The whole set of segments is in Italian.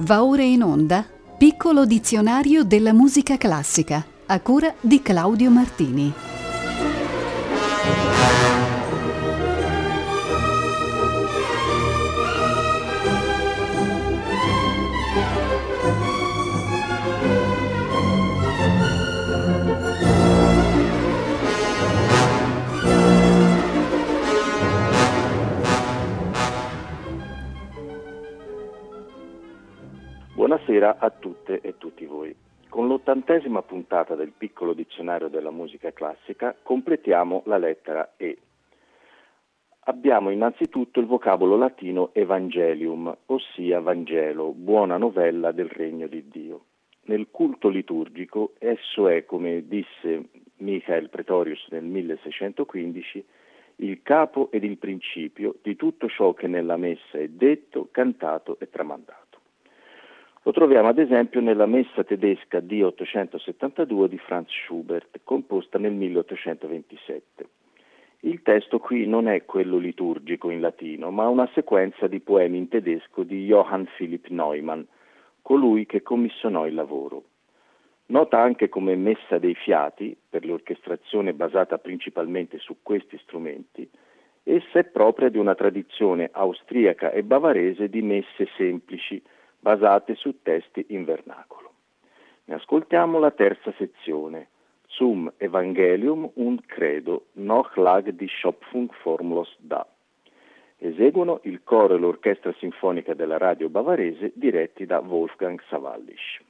Va ora in onda Piccolo dizionario della musica classica, a cura di Claudio Martini. Buonasera a tutte e tutti voi. Con l'80ª puntata del Piccolo dizionario della musica classica completiamo la lettera E. Abbiamo innanzitutto il vocabolo latino Evangelium, ossia Vangelo, buona novella del regno di Dio. Nel culto liturgico esso è, come disse Michael Pretorius nel 1615, il capo ed il principio di tutto ciò che nella messa è detto, cantato e tramandato. Lo troviamo ad esempio nella messa tedesca D872 di Franz Schubert, composta nel 1827. Il testo qui non è quello liturgico in latino, ma una sequenza di poemi in tedesco di Johann Philipp Neumann, colui che commissionò il lavoro. Nota anche come messa dei fiati, per l'orchestrazione basata principalmente su questi strumenti, essa è propria di una tradizione austriaca e bavarese di messe semplici, basate su testi in vernacolo. Ne ascoltiamo la terza sezione, Zum Evangelium und Credo, noch lag die Schöpfung formlos da. Eseguono il coro e l'orchestra sinfonica della radio bavarese diretti da Wolfgang Sawallisch.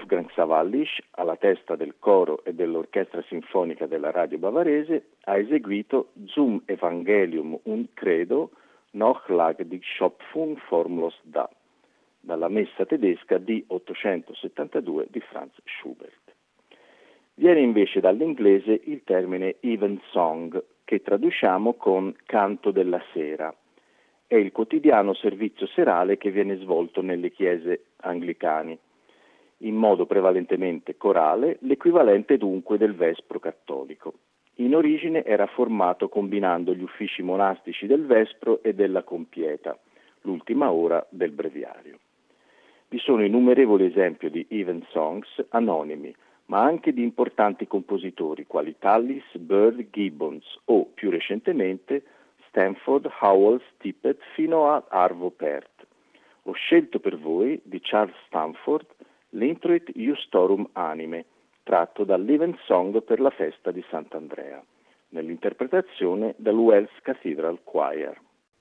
Wolfgang Sawallisch, alla testa del coro e dell'orchestra sinfonica della radio bavarese, ha eseguito Zum Evangelium und Credo noch lag die Schöpfung formlos da, dalla messa tedesca di 872 di Franz Schubert. Viene invece dall'inglese il termine Evensong, che traduciamo con canto della sera. È il quotidiano servizio serale che viene svolto nelle chiese anglicane, in modo prevalentemente corale, l'equivalente dunque del vespro cattolico. In origine era formato combinando gli uffici monastici del vespro e della compieta, l'ultima ora del breviario. Vi sono innumerevoli esempi di evensongs anonimi, ma anche di importanti compositori quali Tallis, Bird, Gibbons o, più recentemente, Stanford, Howells, Tippett fino a Arvo Pärt. Ho scelto per voi, di Charles Stanford, l'Introit Iustorum Anime, tratto dall'Evensong per la festa di Sant'Andrea, nell'interpretazione del Wells Cathedral Choir.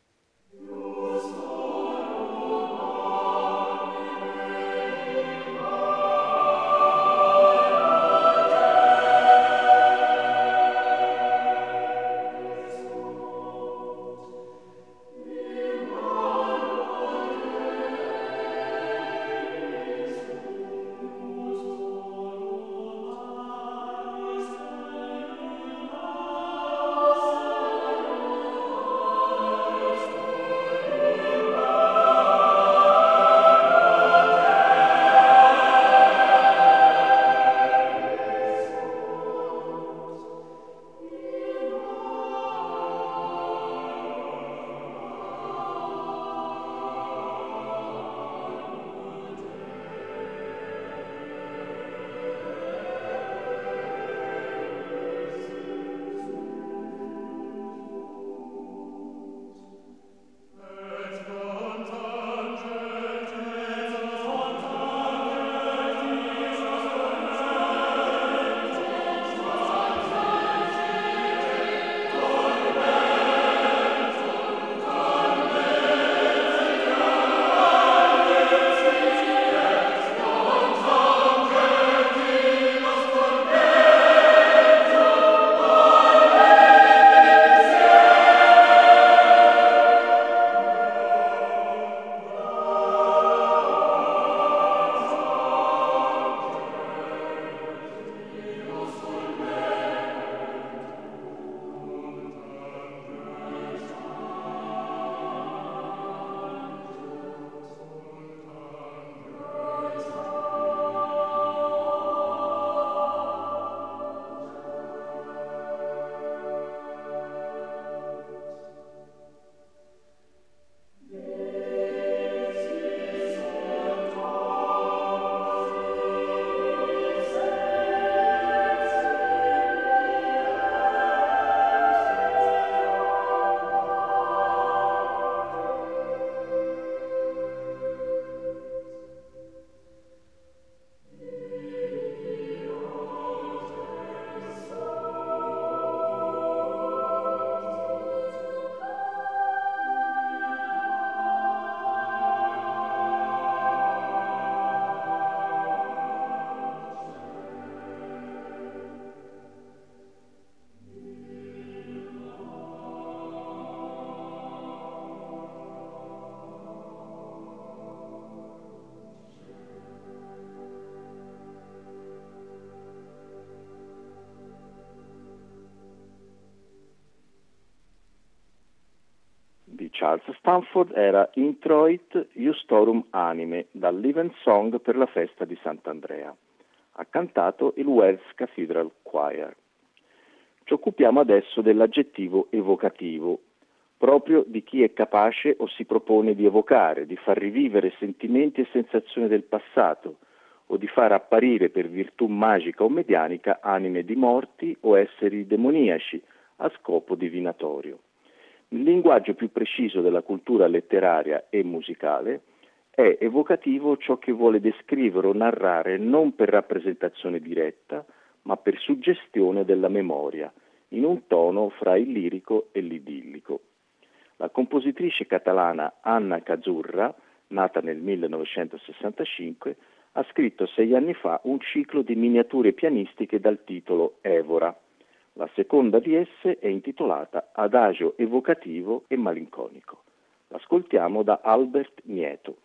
Charles Stanford era Introit Iustorum Anime, dall'Evensong per la festa di Sant'Andrea. Ha cantato il Wells Cathedral Choir. Ci occupiamo adesso dell'aggettivo evocativo, proprio di chi è capace o si propone di evocare, di far rivivere sentimenti e sensazioni del passato, o di far apparire per virtù magica o medianica anime di morti o esseri demoniaci a scopo divinatorio. Il linguaggio più preciso della cultura letteraria e musicale è evocativo ciò che vuole descrivere o narrare non per rappresentazione diretta, ma per suggestione della memoria, in un tono fra il lirico e l'idillico. La compositrice catalana Anna Cazurra, nata nel 1965, ha scritto 6 anni fa un ciclo di miniature pianistiche dal titolo Evora. La seconda di esse è intitolata Adagio evocativo e malinconico. L'ascoltiamo da Albert Mieto.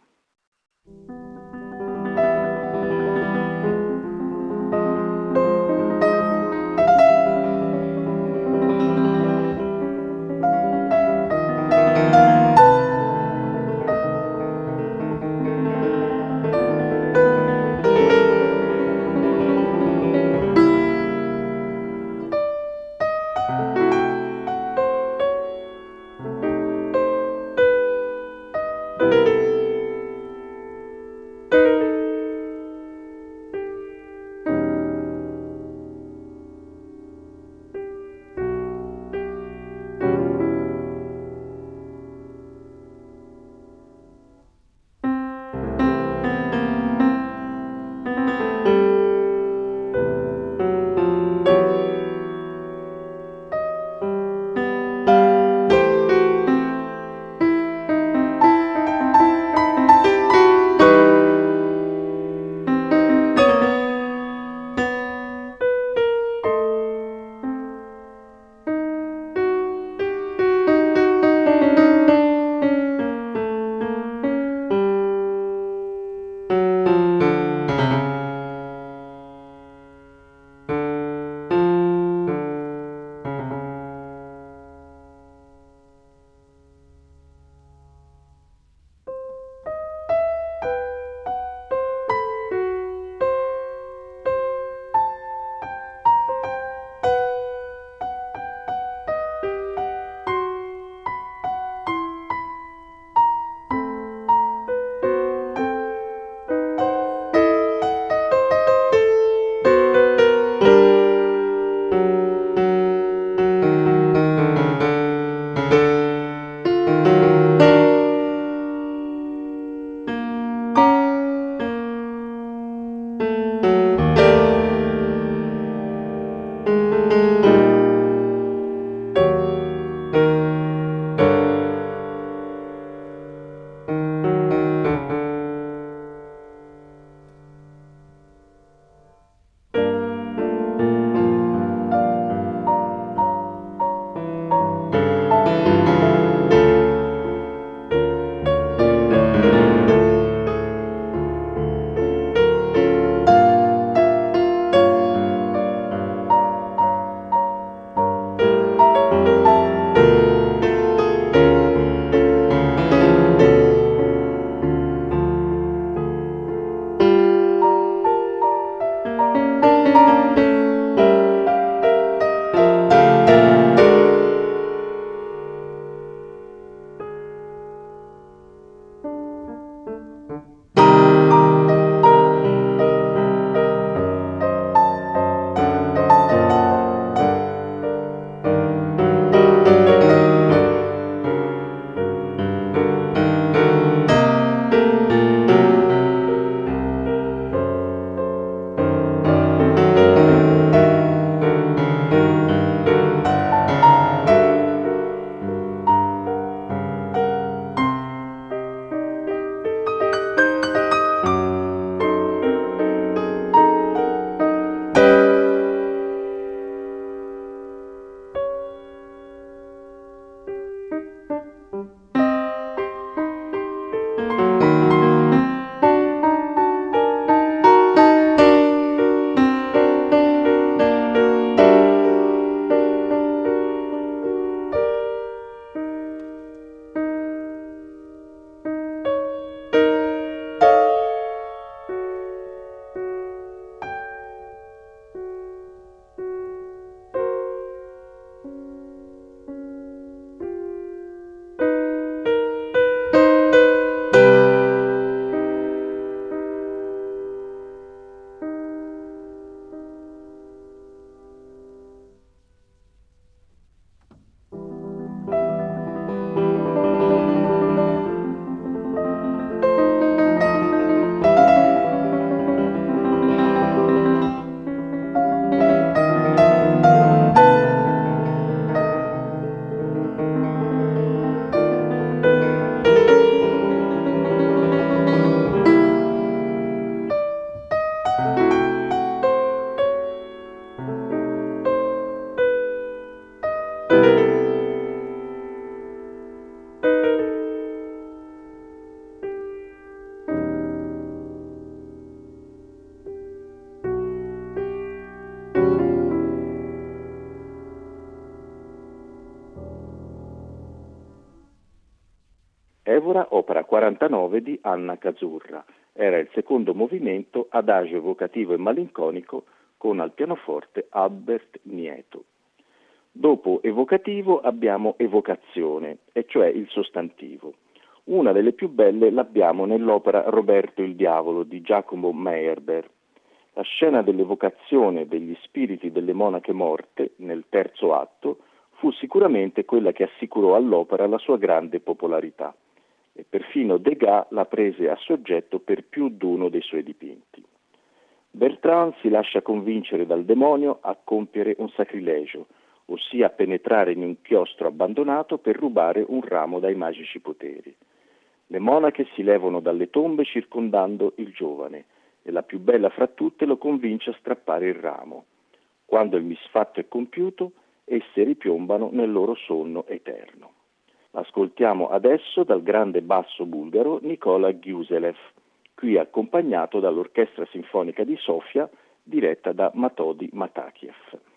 Evora, opera 49 di Anna Cazurra. Era il secondo movimento, adagio evocativo e malinconico, con al pianoforte Albert Nieto. Dopo evocativo abbiamo evocazione, e cioè il sostantivo. Una delle più belle l'abbiamo nell'opera Roberto il Diavolo di Giacomo Meyerbeer. La scena dell'evocazione degli spiriti delle monache morte, nel terzo atto, fu sicuramente quella che assicurò all'opera la sua grande popolarità, e perfino Degas la prese a soggetto per più d'uno dei suoi dipinti. Bertrand si lascia convincere dal demonio a compiere un sacrilegio, ossia penetrare in un chiostro abbandonato per rubare un ramo dai magici poteri. Le monache si levano dalle tombe circondando il giovane, e la più bella fra tutte lo convince a strappare il ramo. Quando il misfatto è compiuto, esse ripiombano nel loro sonno eterno. Ascoltiamo adesso dal grande basso bulgaro Nicola Gyuzelev, qui accompagnato dall'Orchestra Sinfonica di Sofia, diretta da Matodi Matakiev.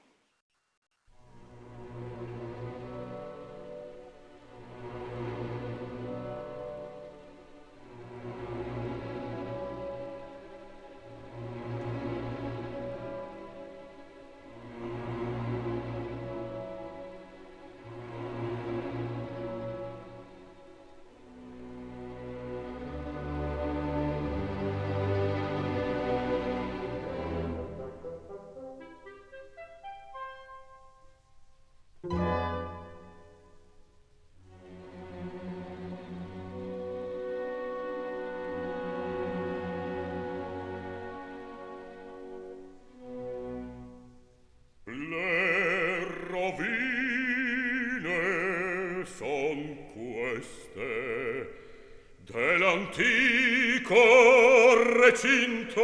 Dell'antico recinto,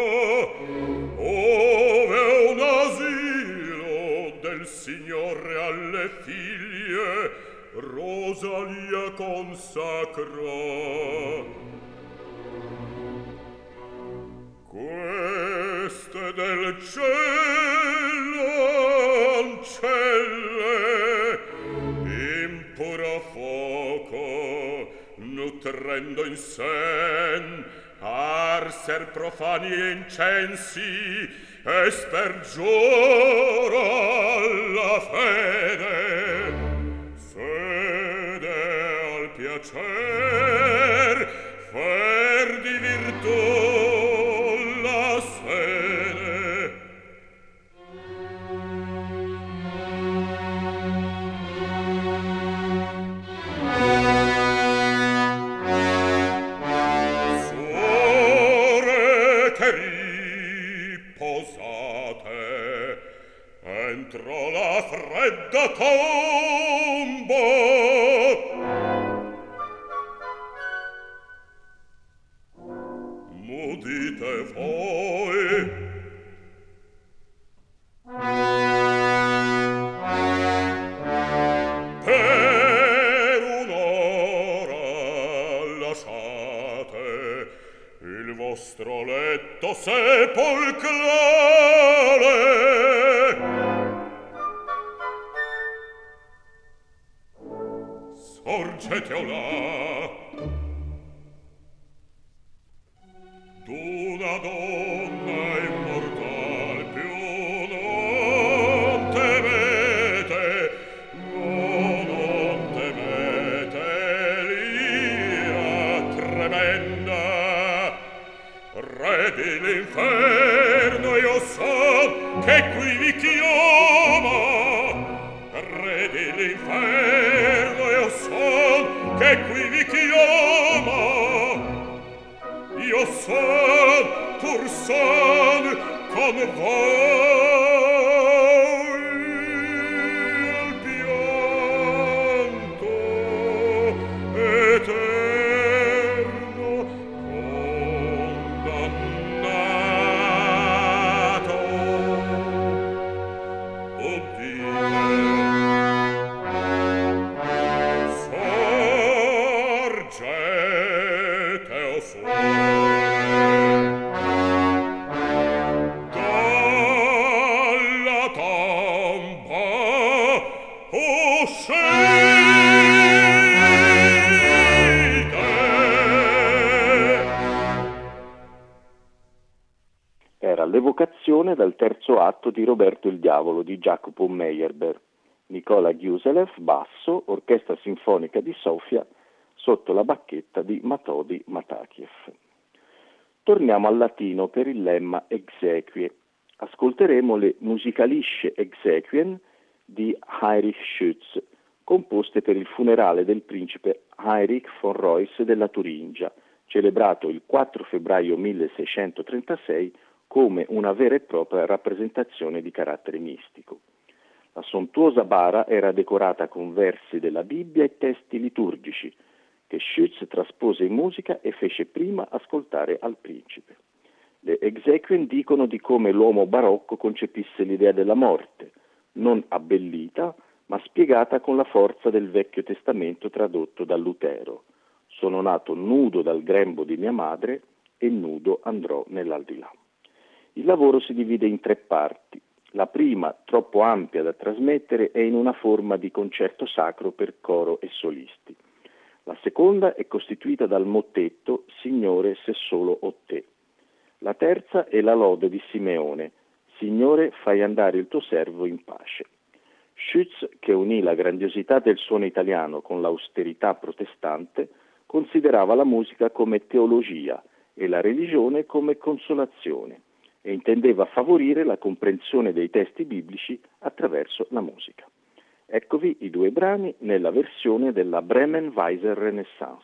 ove un asilo del Signore alle figlie Rosalia consacrò. Queste del cielo ancelle in puro fuoco nutrendo in sen arser profani e incensi e spergiuro alla fede al piacer fer di virtù la sede. Entro la fredda tomba mudite voi per un'ora lasciate il vostro letto sepolcrale. Sorgete o là d'una donna immortal più non temete l'ira tremenda re dell'inferno io so che qui vi chiama re dell'inferno io so che qui vi chiama io son pur son con voi al pianto eterno condannato. Udite, sorgete o dalla tomba uscite L'evocazione dal terzo atto di Roberto il Diavolo di Jacopo Meyerbeer. Nicola Gyuzelev, basso, Orchestra Sinfonica di Sofia, sotto la bacchetta di Matodi Matakiev. Torniamo al latino per il lemma Exequie. Ascolteremo le Musikalische Exequien di Heinrich Schütz, composte per il funerale del principe Heinrich von Reuss della Turingia, celebrato il 4 febbraio 1636 come una vera e propria rappresentazione di carattere mistico. La sontuosa bara era decorata con versi della Bibbia e testi liturgici, che Schütz traspose in musica e fece prima ascoltare al principe. Le exequien dicono di come l'uomo barocco concepisse l'idea della morte, non abbellita, ma spiegata con la forza del Vecchio Testamento tradotto da Lutero. Sono nato nudo dal grembo di mia madre e nudo andrò nell'aldilà. Il lavoro si divide in 3 parti. La prima, troppo ampia da trasmettere, è in una forma di concerto sacro per coro e solisti. La seconda è costituita dal mottetto Signore se solo o te. La terza è la lode di Simeone, Signore fai andare il tuo servo in pace. Schütz, che unì la grandiosità del suono italiano con l'austerità protestante, considerava la musica come teologia e la religione come consolazione e intendeva favorire la comprensione dei testi biblici attraverso la musica. Eccovi i 2 brani nella versione della Bremen Weiser Renaissance.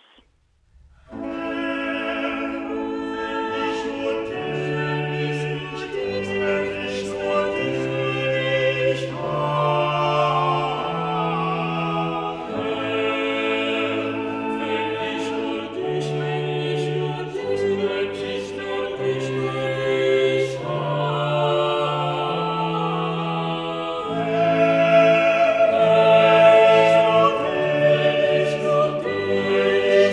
Thank you.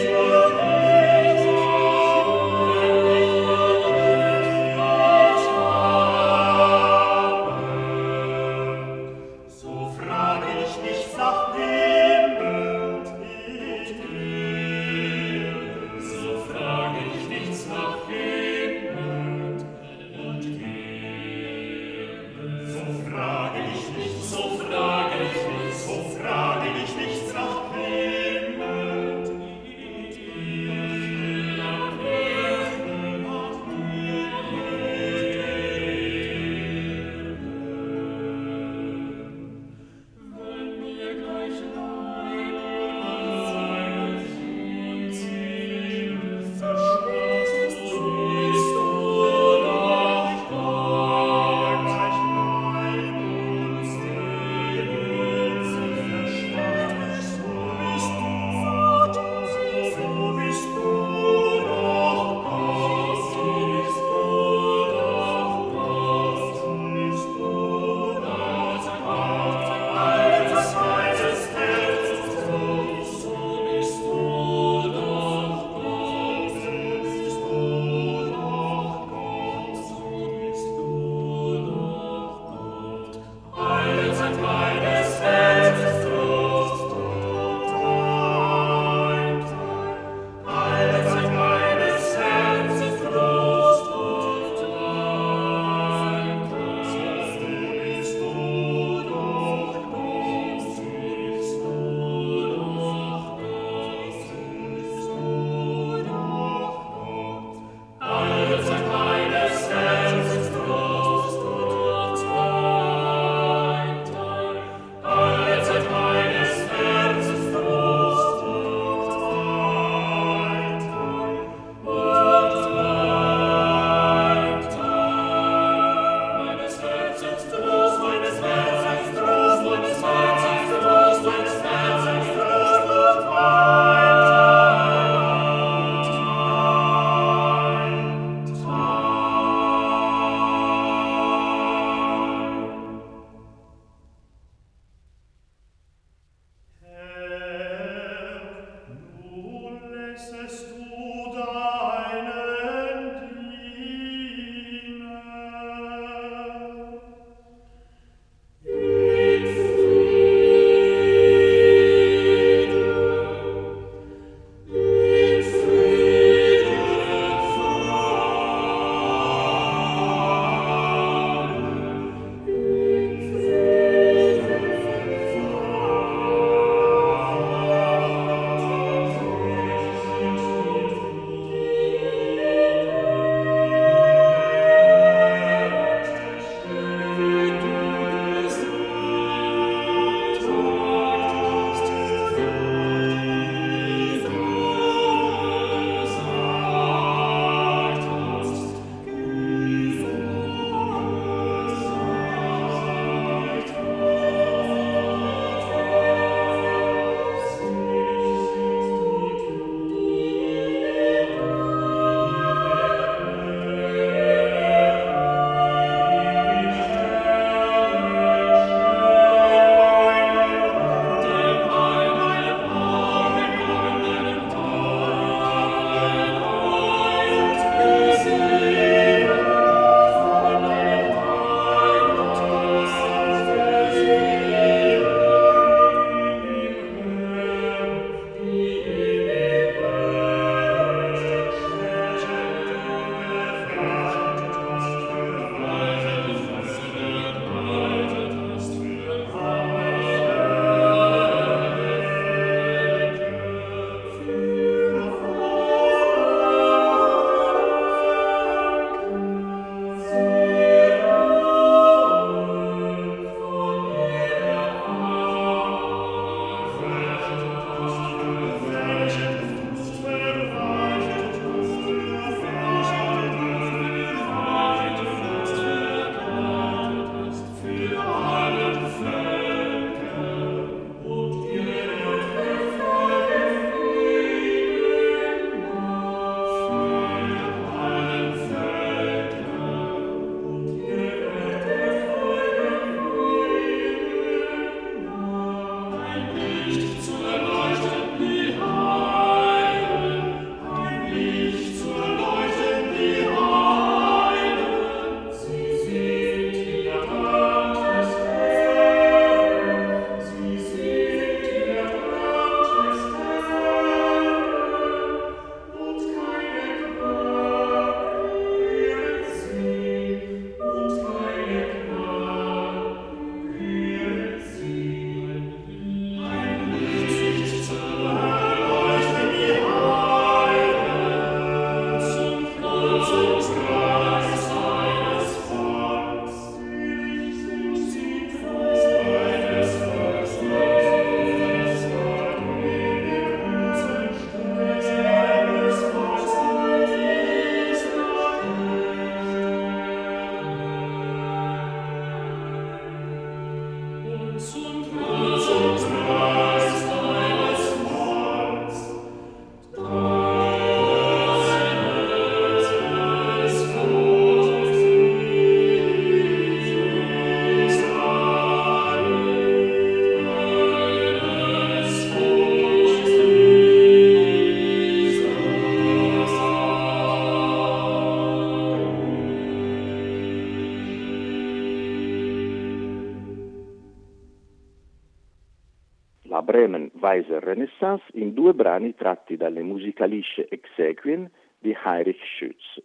Bremen Weiser Renaissance in 2 brani tratti dalle Musikalische Exequien di Heinrich Schütz.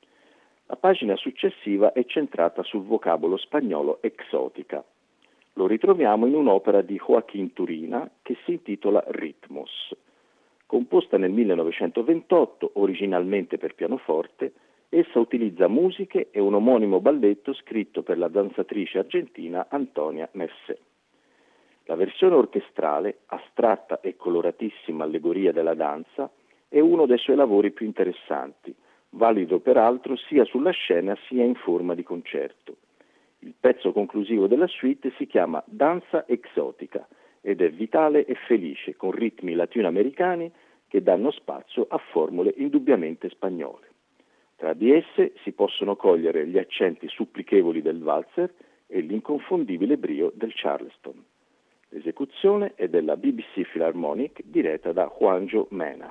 La pagina successiva è centrata sul vocabolo spagnolo exotica. Lo ritroviamo in un'opera di Joaquín Turina che si intitola Ritmos. Composta nel 1928, originalmente per pianoforte, essa utilizza musiche e un omonimo balletto scritto per la danzatrice argentina Antonia Mercé. La versione orchestrale, astratta e coloratissima allegoria della danza, è uno dei suoi lavori più interessanti, valido peraltro sia sulla scena sia in forma di concerto. Il pezzo conclusivo della suite si chiama Danza Exotica ed è vitale e felice, con ritmi latinoamericani che danno spazio a formule indubbiamente spagnole. Tra di esse si possono cogliere gli accenti supplichevoli del valzer e l'inconfondibile brio del Charleston. L'esecuzione è della BBC Philharmonic diretta da Juanjo Mena.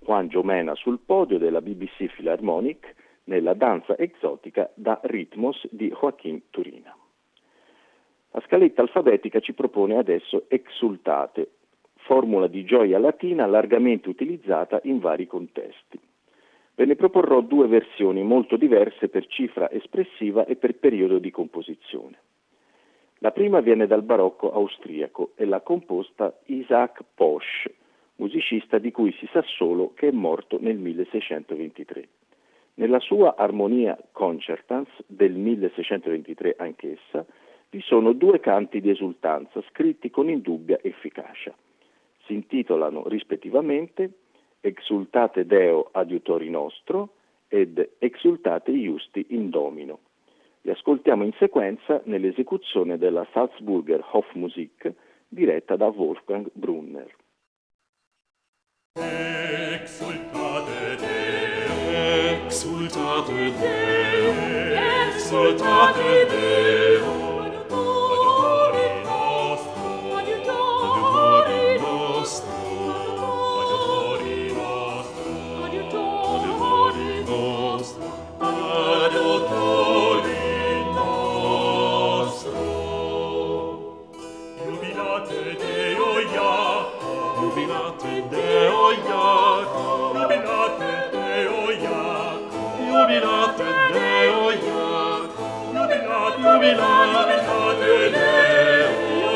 Juanjo Mena sul podio della BBC Philharmonic nella danza esotica da Ritmos di Joaquín Turina. La scaletta alfabetica ci propone adesso Exultate, formula di gioia latina largamente utilizzata in vari contesti. Ve ne proporrò due versioni molto diverse per cifra espressiva e per periodo di composizione. La prima viene dal barocco austriaco e l'ha composta Isaac Posch, musicista di cui si sa solo che è morto nel 1623. Nella sua Armonia Concertans del 1623 anch'essa vi sono due canti di esultanza scritti con indubbia efficacia. Si intitolano rispettivamente Exultate Deo adiutori nostro ed Exultate Iusti in Domino. Li ascoltiamo in sequenza nell'esecuzione della Salzburger Hofmusik diretta da Wolfgang Brunner. Exultate Deo, exultate Deo, exultate Deo, adiutori nostro, adiutori nostro, adiutori nostro, adiutori nostro, adiutori nostro. Jubilate Deo Iacov, jubilate Deo Iacov, jubilate Deo Iacov, jubilate Deo Iacov, jubilate, jubilate Deo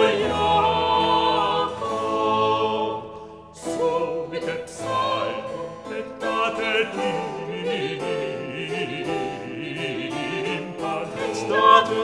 Iacov. Subite psalmo, et date timpan, et date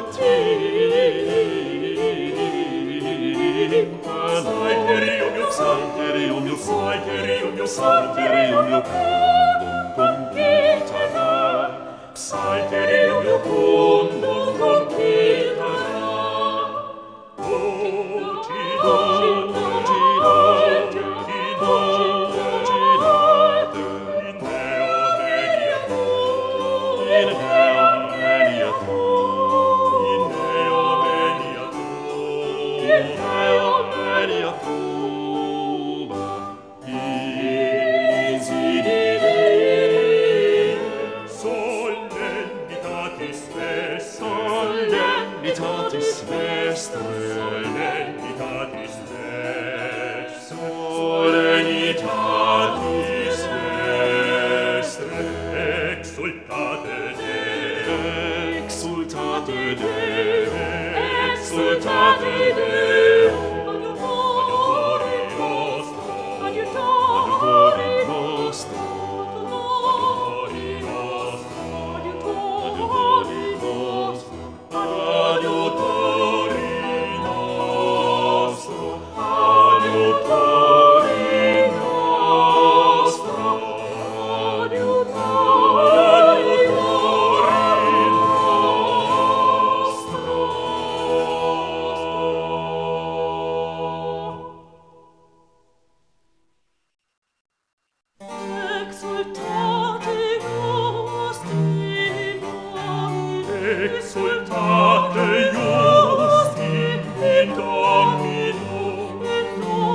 timpan, Salterium mio, salterium mio, salterium mio, salterium mio, concitara, salterium mio, concitara. O ti do, ti do, ti do, ti do, in Deo veniatur, in Deo veniatur, in Deo veniatur, in Deo veniatur, solemnitatis vestre, solemnitatis vestre, solemnitatis vestre, exultate Deo, exultate Deo, exultate Deo, adiutori nostro, adiutori nostro, adiutori nostro, adiutori nostro, adiutori nostro, adiutori nostro, adiutori exultate iusti in Domino, in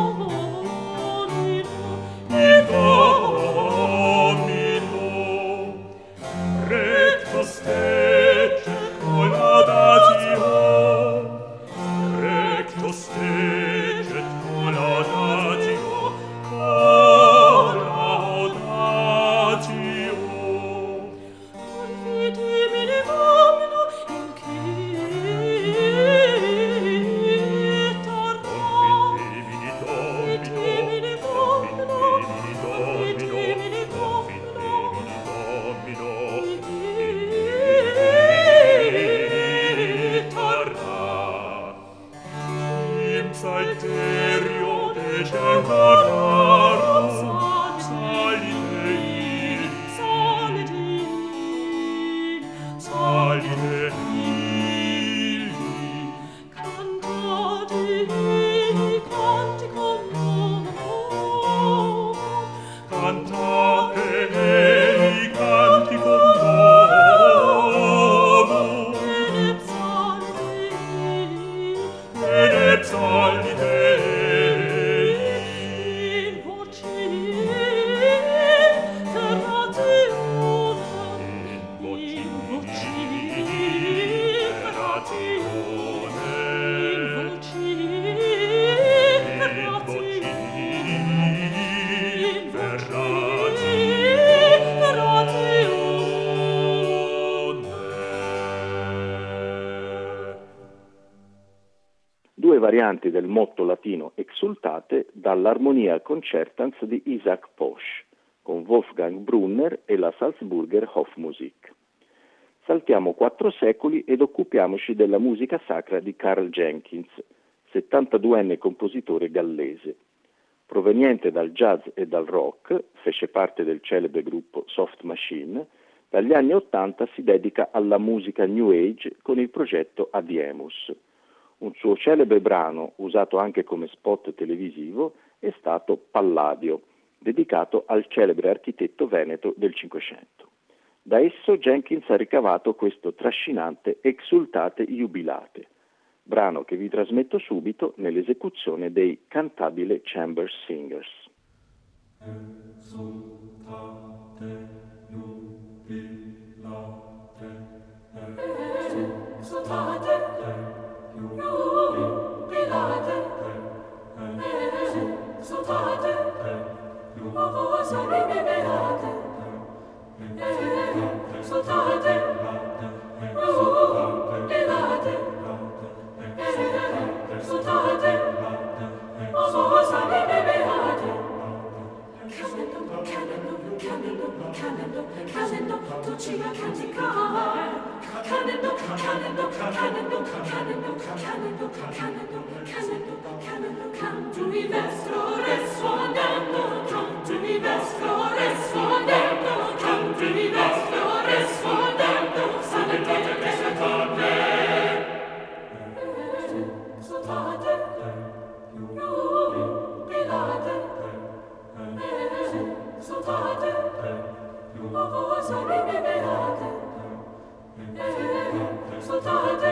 Domino, recto stecet collaudatio, recto stecet collaudatio, collaudatio. varianti del motto latino exultate dall'Armonia Concertans di Isaac Posch, con Wolfgang Brunner e la Salzburger Hofmusik. Saltiamo 4 secoli ed occupiamoci della musica sacra di Karl Jenkins, 72enne compositore gallese. Proveniente dal jazz e dal rock, fece parte del celebre gruppo Soft Machine, dagli anni '80 si dedica alla musica New Age con il progetto Adiemus. Un suo celebre brano, usato anche come spot televisivo, è stato Palladio, dedicato al celebre architetto veneto del Cinquecento. Da esso Jenkins ha ricavato questo trascinante Exultate Jubilate, brano che vi trasmetto subito nell'esecuzione dei Cantabile Chamber Singers. Exultate jubilate, exultate jubilate, exultate jubilate, exultate jubilate, exultate Cadendo, tu ci a canticare. Cadendo, canto i vestro risuonando, canto i vestro risuonando, canto i vestro risuonando, salutate, exultate, exultate, jubilate, exultate, jubilate, exultate,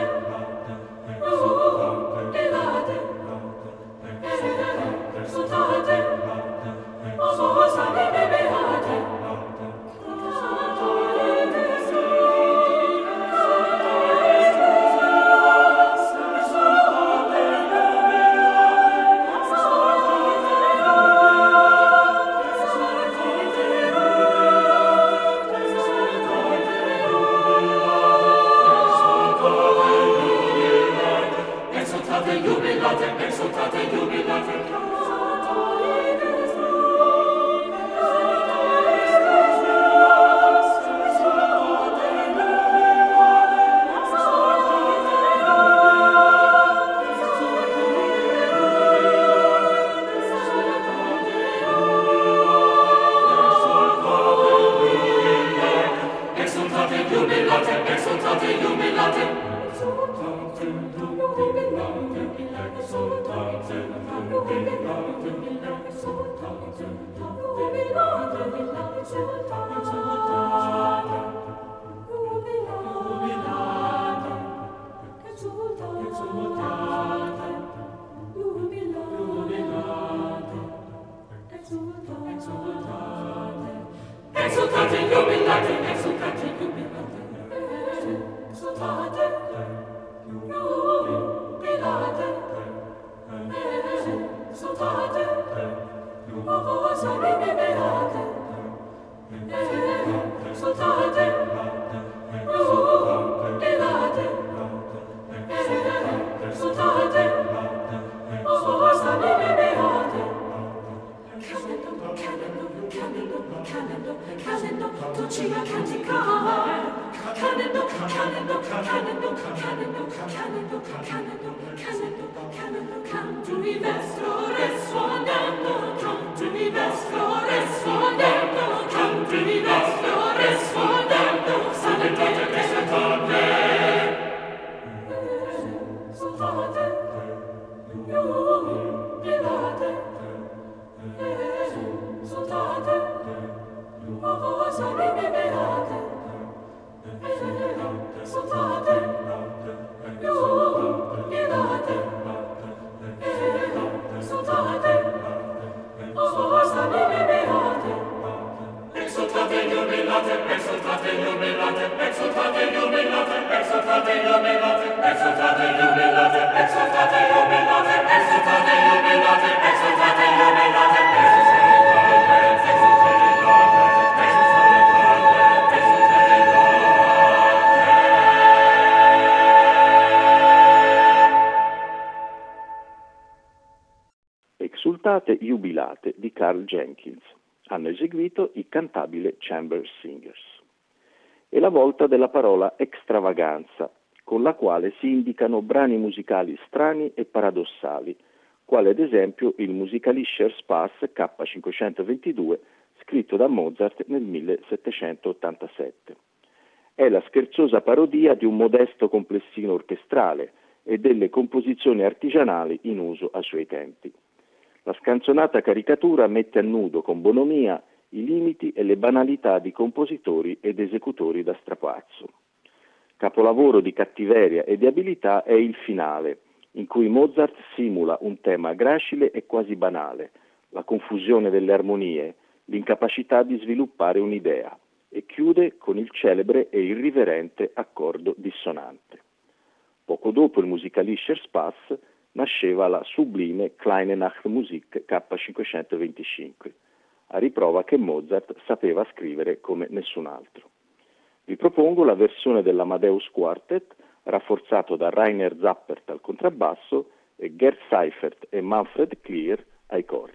jubilate, exultate, puntate jubilate di Carl Jenkins. Hanno eseguito i Cantabile Chamber Singers. È la volta della parola extravaganza, con la quale si indicano brani musicali strani e paradossali, quale ad esempio il Musikalischer Spaß K522, scritto da Mozart nel 1787. È la scherzosa parodia di un modesto complessino orchestrale e delle composizioni artigianali in uso ai suoi tempi. La scanzonata caricatura mette a nudo con bonomia i limiti e le banalità di compositori ed esecutori da strapazzo. Capolavoro di cattiveria e di abilità è il finale, in cui Mozart simula un tema gracile e quasi banale, la confusione delle armonie, l'incapacità di sviluppare un'idea, e chiude con il celebre e irriverente accordo dissonante. Poco dopo il Musikalischer Spaß nasceva la sublime Kleine Nachtmusik K525, a riprova che Mozart sapeva scrivere come nessun altro. Vi propongo la versione dell'Amadeus Quartet, rafforzato da Rainer Zappert al contrabbasso e Gerd Seifert e Manfred Klier ai corni.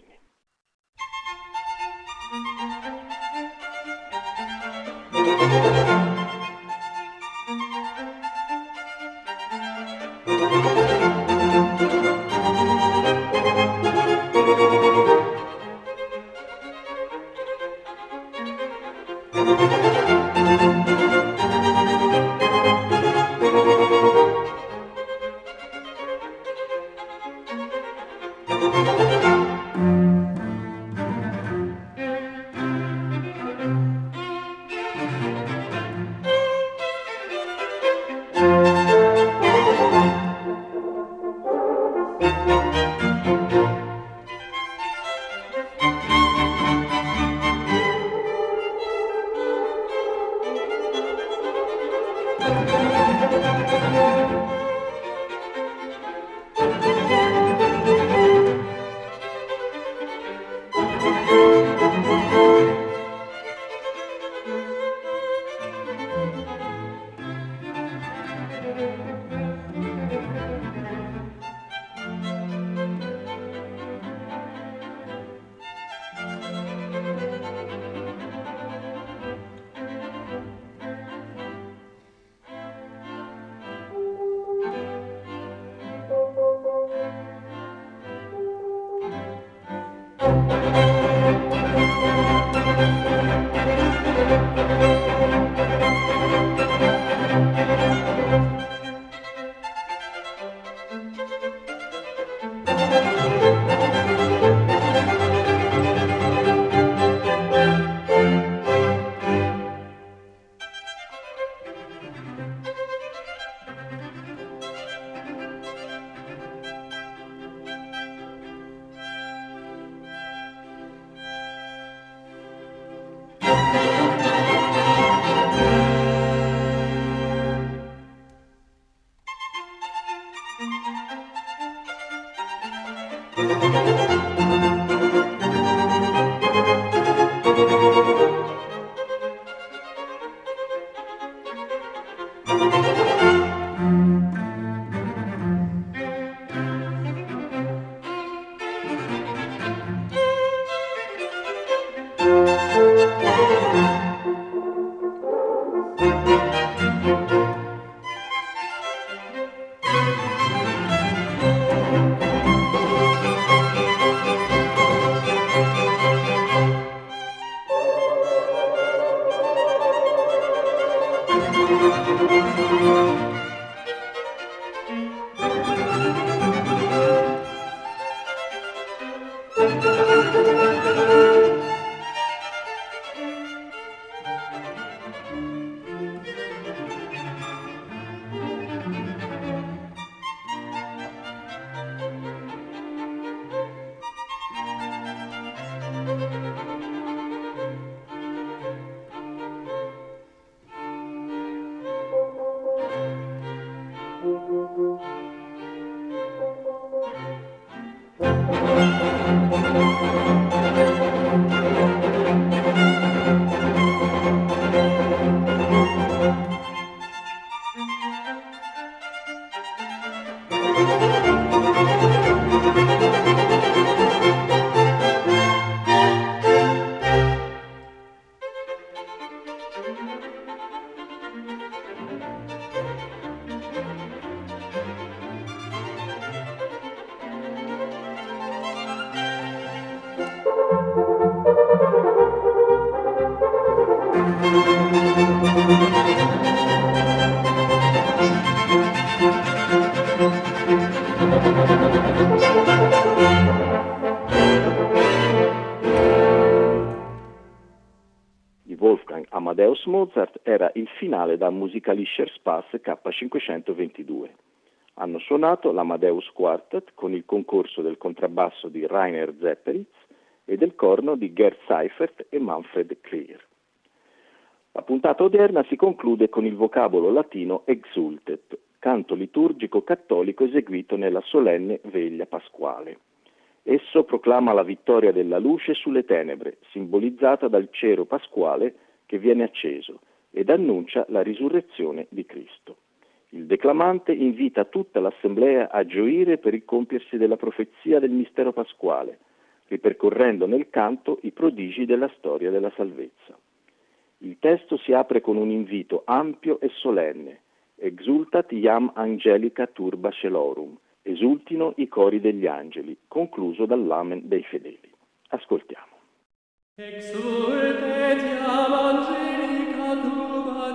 Wolfgang Amadeus Mozart era il finale da Musikalischer Spaß K522. Hanno suonato l'Amadeus Quartet con il concorso del contrabbasso di Rainer Zepperitz e del corno di Gerd Seifert e Manfred Klier. La puntata odierna si conclude con il vocabolo latino Exultet, canto liturgico cattolico eseguito nella solenne veglia pasquale. Esso proclama la vittoria della luce sulle tenebre, simbolizzata dal cero pasquale che viene acceso, ed annuncia la risurrezione di Cristo. Il declamante invita tutta l'assemblea a gioire per il compiersi della profezia del mistero pasquale, ripercorrendo nel canto i prodigi della storia della salvezza. Il testo si apre con un invito ampio e solenne: Exultat iam angelica turba celorum, esultino i cori degli angeli, concluso dall'Amen dei fedeli. Ascoltiamo. Exultet iam angelica turba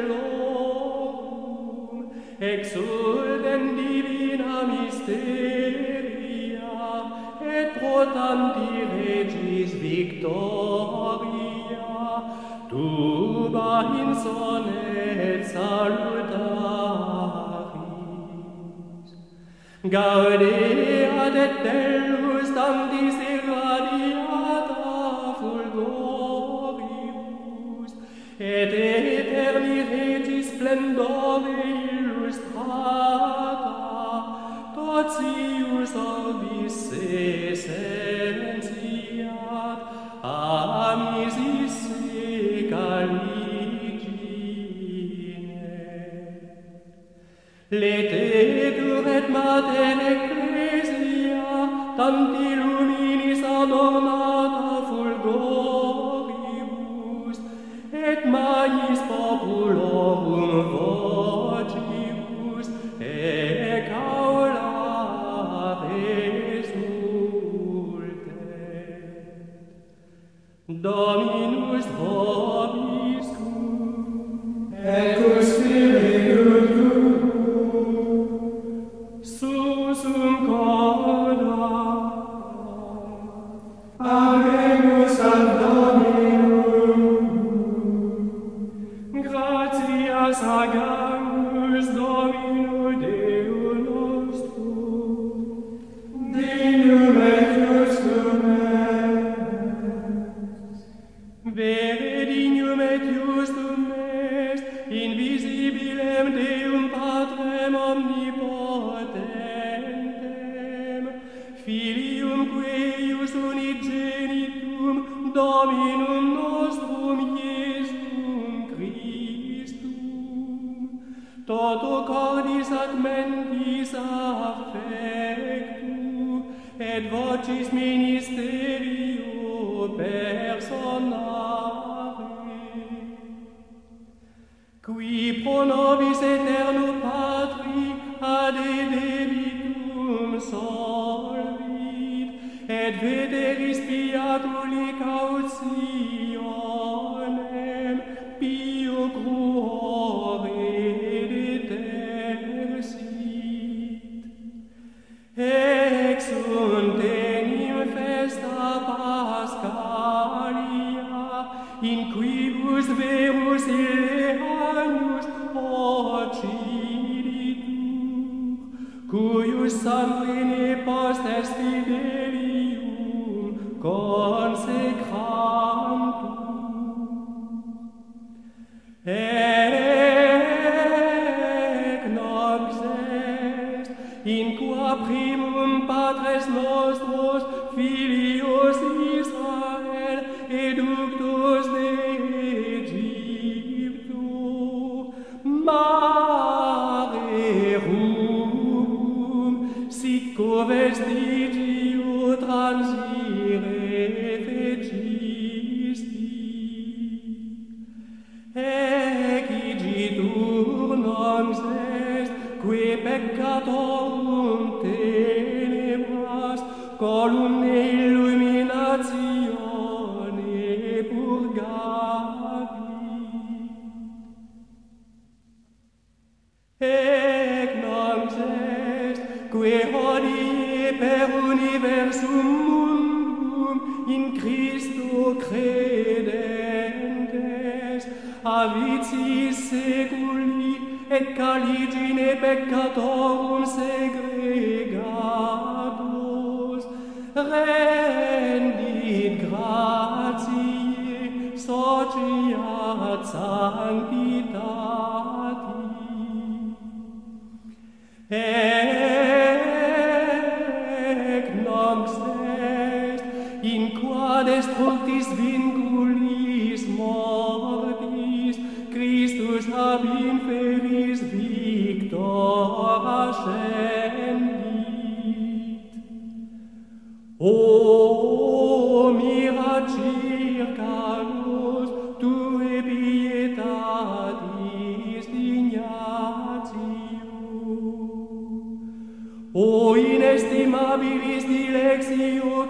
celorum, exultent divina mysteria, et protanti regis victoria, turba in sonet salutaris. Gaudeat et tellus tantis irradiata fulgoribus, et eterni regis splendore illustrata, totius orbis essentiat, amisis caligine. Letetur et mater ecclesia, tanti luminis adornata fulgoribus, et magis populorum vocibus, ec aula resultet. Dominus vobiscum, et cum spiritu tuo, susum corda, abemus ad Dominum, gratias agamus Domino Deo nostro, dignum et justum est, vere dignum et justum est, invisibilem Deum Patrem omnipotentem, Filium queius unigenitum, Dominum nostrum Iesum Christum, toto cordis ac mentis affectu, et vocis ministerio personare, qui pro nobis eterno Patri ad debitum solvit, et veteris piatuli cautionem pio cruore detersit. Ex sunt enim festa Pascalia, in quibus verus illeanius occiditur, cuius sanguine post est fidelium consecrantur. Ec nobis est, in qua primum Patres nostros filios Israel eductus de Egypto, mare rubrum sic vestigiu transire fecisti. Ec igitur noms est, que peccatorum tenebras, columne illuminatione purgavi. avicis seculi, et caligine peccatorum segregatus, rendit gratiae, sociat sanctitati. Ec nox est, in qua destructis vinculis mortis, Christus ab inferis victor ascendit. O mira circa nos, tue pietatis dignatium. O inestimabilis dilexio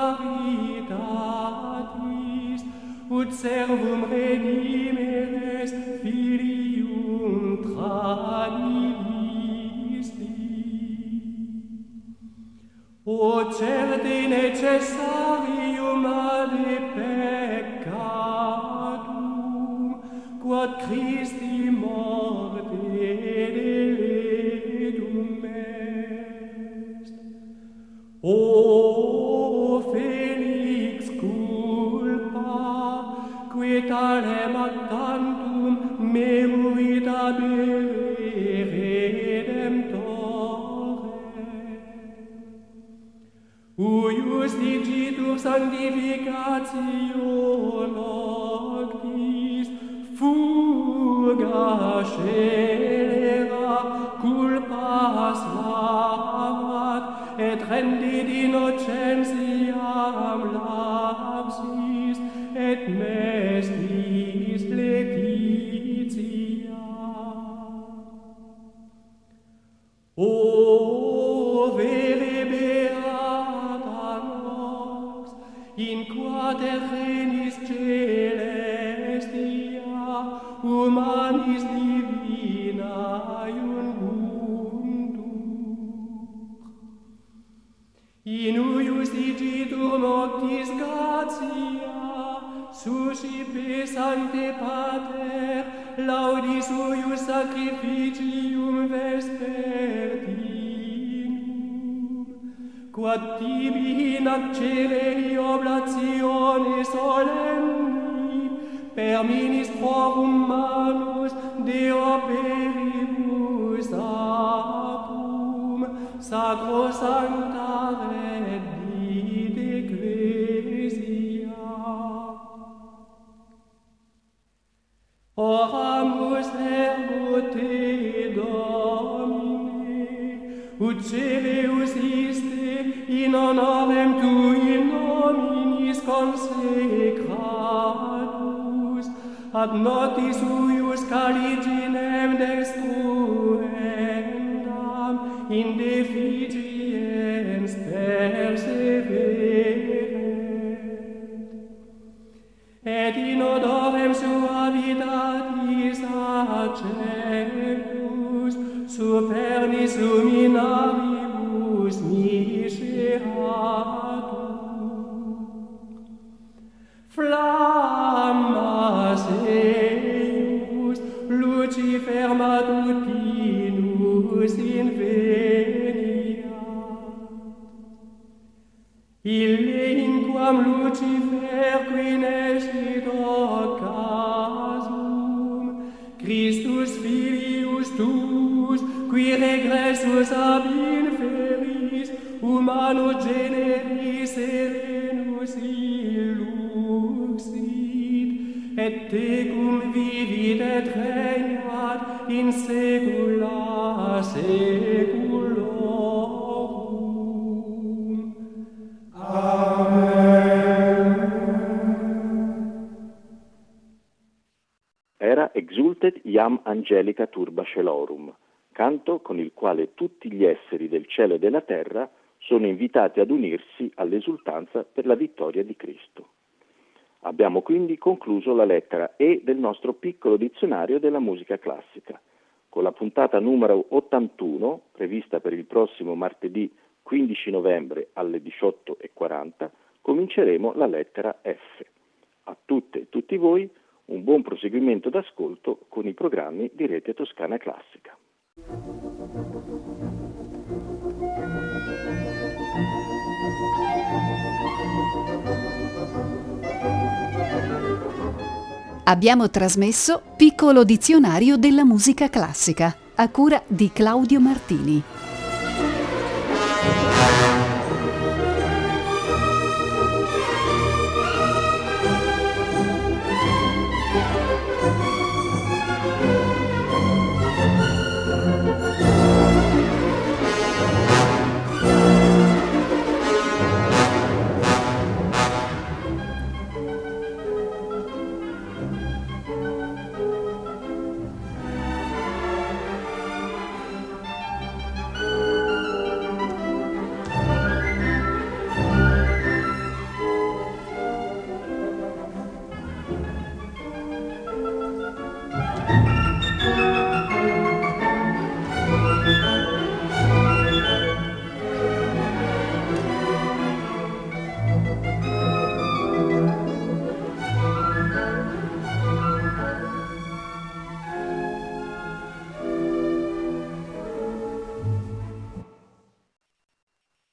caritatis, ut servum redimeres filium tradivisti. O certe necessarium ade peccatum, quod Christi morte deledum est. O felix culpa, qui talem ad tantum meruit abere redemptore. Uius digitur sanctificatio noctis, fuga scelera, culpas lavat, et rendit innocentiam lapsis, et mestis letitia. O vere beata nos, in qua terrenis celestia, humanis divina iunguntur. In uius digitur noctis gratia, suscipe sancte Pater, laudis uius sacrificium vespertinum, quod tibi in accelei oblatione solemni, per ministrorum manus Deo peribus apum, sacrosancta reddit ecclesia. Oramus ergo te, Domine, ut celeus iste in honorem tui nominis consecratus, ad notis uius caliginem destruendam in deficiens perseverent. Et in odorem suavitatis acebus, supernis luminaribus miseratum. Flammas eius, Lucifer matutinus inveniat. Ille inquam Lucifer qui nescit occasum, Christus filius tuus, qui regressus ab inferis, humanus generis serenus illuxit, et tecum vivit et regnat in saecula saeculorum. Era Exultet iam angelica turba celorum, canto con il quale tutti gli esseri del cielo e della terra sono invitati ad unirsi all'esultanza per la vittoria di Cristo. Abbiamo quindi concluso la lettera E del nostro piccolo dizionario della musica classica. Con la puntata numero 81, prevista per il prossimo martedì 15 novembre alle 18:40, cominceremo la lettera F. A tutte e tutti voi Un buon proseguimento d'ascolto con i programmi di Rete Toscana Classica. Abbiamo trasmesso Piccolo dizionario della musica classica, a cura di Claudio Martini.